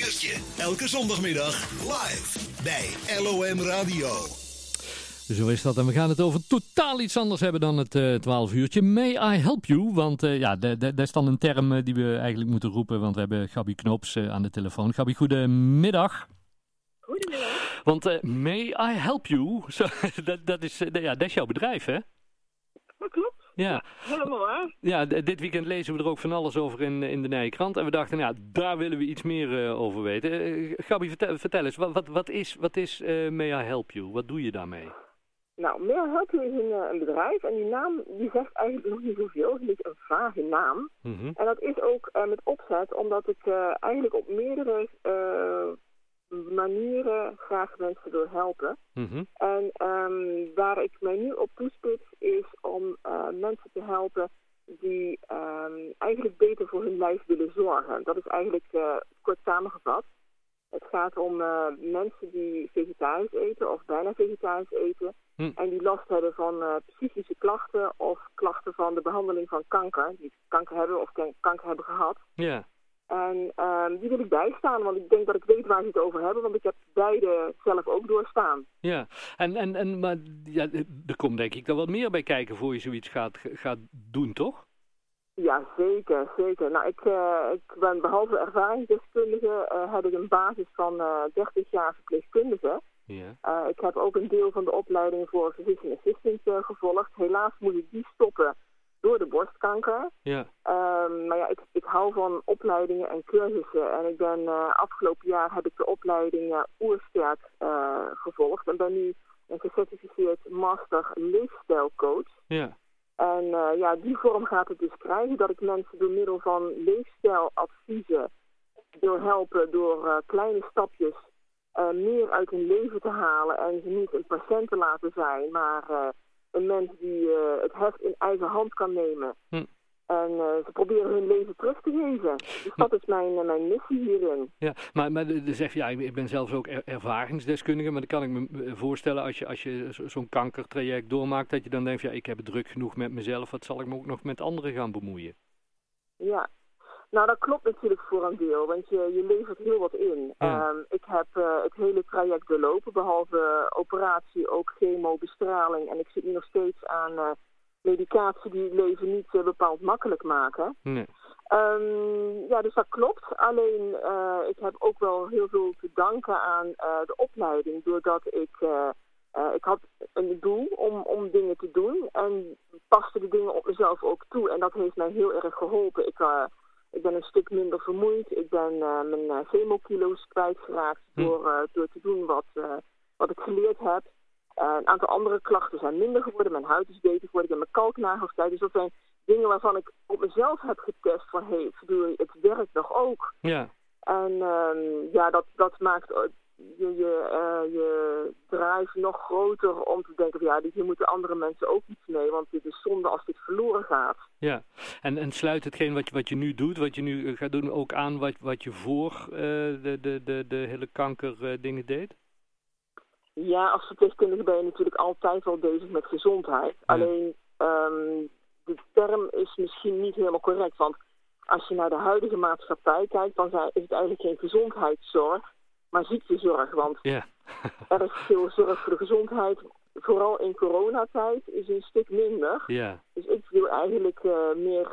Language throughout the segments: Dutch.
uurtje. Elke zondagmiddag live bij LOM Radio. Zo is dat. En we gaan het over totaal iets anders hebben dan het 12 uurtje. May I help you? Want dat is dan een term die we eigenlijk moeten roepen. Want we hebben Gabi Knops aan de telefoon. Gabi, goedemiddag. Goedemiddag. Want May I help you? Zo, dat is jouw bedrijf, hè? Dat klopt. Ja. Helemaal waar. Ja, dit weekend lezen we er ook van alles over in de Nijkrant. En we dachten, ja, daar willen we iets meer over weten. Gabi, vertel eens, wat is May I help you? Wat doe je daarmee? Nou, May I help you is een bedrijf en die naam die zegt eigenlijk nog niet zoveel. Het is een beetje een vage naam. Mm-hmm. En dat is ook met opzet omdat ik eigenlijk op meerdere manieren graag mensen wil helpen. Mm-hmm. En waar ik mij nu op toespits is om mensen te helpen die eigenlijk beter voor hun lijf willen zorgen. Dat is eigenlijk kort samengevat. Het gaat om mensen die vegetarisch eten of bijna vegetarisch eten. En die last hebben van psychische klachten of klachten van de behandeling van kanker. Die kanker hebben of kanker hebben gehad. Ja. En die wil ik bijstaan, want ik denk dat ik weet waar ze het over hebben, want ik heb beide zelf ook doorstaan. Ja, maar ja, er komt denk ik dan wat meer bij kijken voor je zoiets gaat doen, toch? Ja, zeker. Nou, ik ben behalve ervaringsdeskundige, heb ik een basis van 30 jaar verpleegkundige. Ja. Ik heb ook een deel van de opleiding voor physician assistant gevolgd. Helaas moet ik die stoppen door de borstkanker. Ja. Maar ja, ik hou van opleidingen en cursussen. En ik ben afgelopen jaar heb ik de opleiding Oersterk gevolgd. En ben nu een gecertificeerd master leefstijlcoach. Ja. En die vorm gaat het dus krijgen. Dat ik mensen door middel van leefstijladviezen wil helpen door kleine stapjes meer uit hun leven te halen. En ze niet een patiënt te laten zijn, maar een mens die het heft in eigen hand kan nemen. En ze proberen hun leven terug te geven. Dus dat is mijn missie hierin. Ja, maar dan zeg je, ja, ik ben zelfs ook ervaringsdeskundige, maar dan kan ik me voorstellen als je zo'n kankertraject doormaakt, dat je dan denkt, ja, ik heb het druk genoeg met mezelf, wat zal ik me ook nog met anderen gaan bemoeien? Ja, nou dat klopt natuurlijk voor een deel, want je levert heel wat in. Ja. Ik heb het hele traject doorlopen, behalve operatie, ook chemo, bestraling. En ik zit nu nog steeds aan medicatie die het leven niet bepaald makkelijk maken. Nee. Ja, dus dat klopt. Alleen ik heb ook wel heel veel te danken aan de opleiding. Doordat ik had een doel om dingen te doen. En paste de dingen op mezelf ook toe. En dat heeft mij heel erg geholpen. Ik ben een stuk minder vermoeid. Ik ben mijn chemokilo's kwijtgeraakt door te doen wat ik geleerd heb. Een aantal andere klachten zijn minder geworden. Mijn huid is beter geworden. Ik heb mijn kalknagels kwijt. Dus dat zijn dingen waarvan ik op mezelf heb getest van, het werkt nog ook. Ja. En dat maakt je drive nog groter om te denken van, ja, hier moeten andere mensen ook iets mee. Want het is zonde als dit verloren gaat. Ja, en sluit hetgeen wat je nu doet, wat je nu gaat doen, ook aan wat je voor de hele kanker dingen deed? Ja, als verpleegkundige ben je natuurlijk altijd wel bezig met gezondheid. Ja. Alleen, de term is misschien niet helemaal correct. Want als je naar de huidige maatschappij kijkt, dan is het eigenlijk geen gezondheidszorg, maar ziektezorg. Want er is veel zorg voor de gezondheid. Vooral in coronatijd is een stuk minder. Ja. Dus ik wil eigenlijk meer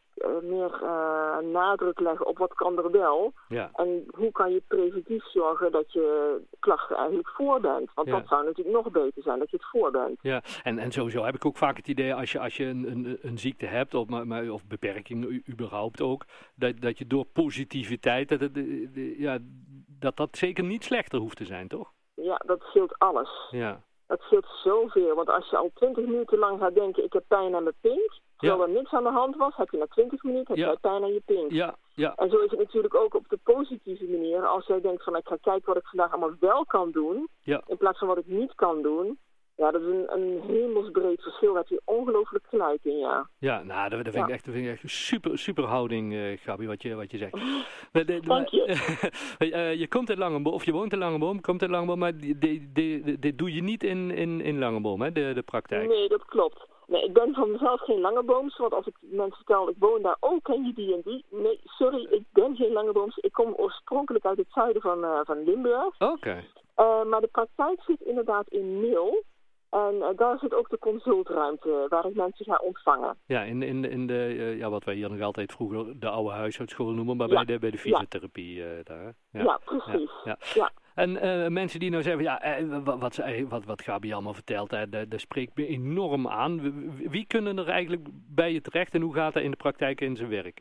nadruk leggen op wat kan er wel. Ja. En hoe kan je preventief zorgen dat je klachten eigenlijk voor bent. Want dat zou natuurlijk nog beter zijn, dat je het voor bent. Ja, en sowieso heb ik ook vaak het idee als je een ziekte hebt, of beperking überhaupt ook, dat je door positiviteit, dat zeker niet slechter hoeft te zijn, toch? Ja, dat scheelt alles. Ja. Dat scheelt zoveel, want als je al 20 minuten lang gaat denken, ik heb pijn aan mijn pink, terwijl er niks aan de hand was, heb je na 20 minuten jij pijn aan je pink. Ja. Ja. En zo is het natuurlijk ook op de positieve manier, als jij denkt van, ik ga kijken wat ik vandaag allemaal wel kan doen, in plaats van wat ik niet kan doen. Ja, dat is een hemelsbreed verschil. Daar heb je ongelooflijk gelijk in, ja. Ja, nou, dat vind ik echt super houding, Gabi, wat je zegt. Dank je. Je komt uit Langenboom, of je woont in Langenboom, komt uit Langenboom, maar dit doe je niet in Langenboom, hè, de praktijk? Nee, dat klopt. Nee, ik ben van mezelf geen Langebooms, want als ik mensen vertel, ik woon daar, ken je die en die? Nee, sorry, ik ben geen Langebooms. Ik kom oorspronkelijk uit het zuiden van Limburg. Oké. Maar de praktijk zit inderdaad in Mil. En daar zit ook de consultruimte waar ik mensen ga ontvangen. Ja, in de wat wij hier nog altijd vroeger de oude huishoudschool noemen, maar bij de fysiotherapie daar. Ja, precies. Ja. En mensen die nou zeggen, wat Gabi allemaal vertelt, dat spreekt me enorm aan. Wie kunnen er eigenlijk bij je terecht en hoe gaat dat in de praktijk in zijn werk?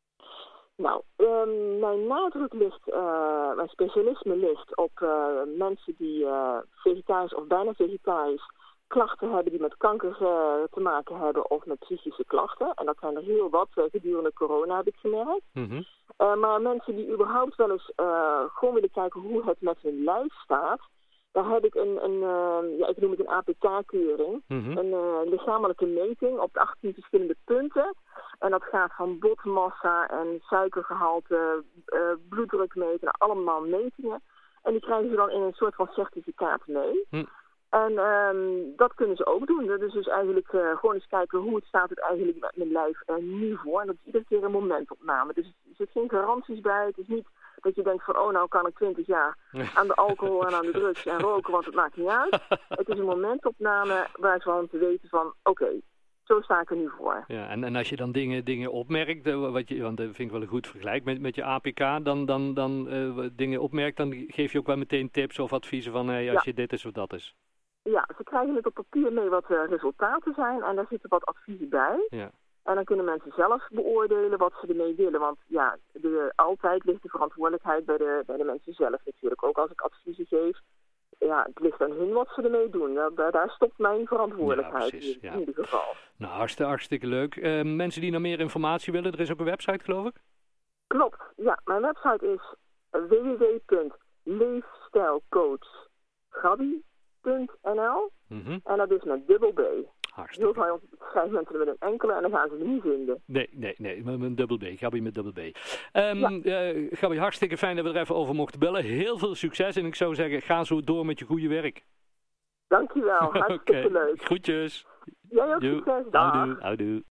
Nou, mijn nadruk ligt, mijn specialisme ligt op mensen die vegetarisch of bijna vegetarisch klachten hebben die met kanker te maken hebben of met psychische klachten. En dat zijn er heel wat gedurende corona, heb ik gemerkt. Mm-hmm. Maar mensen die überhaupt wel eens gewoon willen kijken hoe het met hun lijf staat. Daar heb ik ik noem het een APK-keuring. Mm-hmm. Een lichamelijke meting op 18 verschillende punten. En dat gaat van botmassa en suikergehalte, bloeddruk meten, allemaal metingen. En die krijgen ze dan in een soort van certificaat mee. Mm. En dat kunnen ze ook doen. Dat is dus eigenlijk gewoon eens kijken hoe het staat het eigenlijk met mijn lijf nu voor. En dat is iedere keer een momentopname. Dus er zit geen garanties bij. Het is niet dat je denkt van, nou kan ik 20 jaar aan de alcohol en aan de drugs en roken, want het maakt niet uit. Het is een momentopname waar ze gewoon te weten van, oké, zo sta ik er nu voor. Ja, en als je dan dingen opmerkt, want dat vind ik wel een goed vergelijk met je APK, dan dingen opmerkt, dan geef je ook wel meteen tips of adviezen van, als je dit is of dat is. Ja, ze krijgen het op papier mee wat de resultaten zijn en daar zitten wat adviezen bij. Ja. En dan kunnen mensen zelf beoordelen wat ze ermee willen. Want ja, altijd ligt de verantwoordelijkheid bij de mensen zelf natuurlijk. Ook als ik adviezen geef, ja, het ligt aan hun wat ze ermee doen. Daar stopt mijn verantwoordelijkheid in ieder geval. Nou, hartstikke leuk. Mensen die nog meer informatie willen, er is ook een website geloof ik? Klopt, ja. Mijn website is www.leefstijlcoachgabi.nl mm-hmm. En dat is met dubbel B. Heel veel schrijven mensen er met een enkele en dan gaan ze het niet vinden. Nee, met een dubbel B. Gabi met dubbel B. Gabi, hartstikke fijn dat we er even over mochten bellen. Heel veel succes en ik zou zeggen, ga zo door met je goede werk. Dankjewel, hartstikke leuk. Groetjes. Jij ook succes. Dag. Houdoe.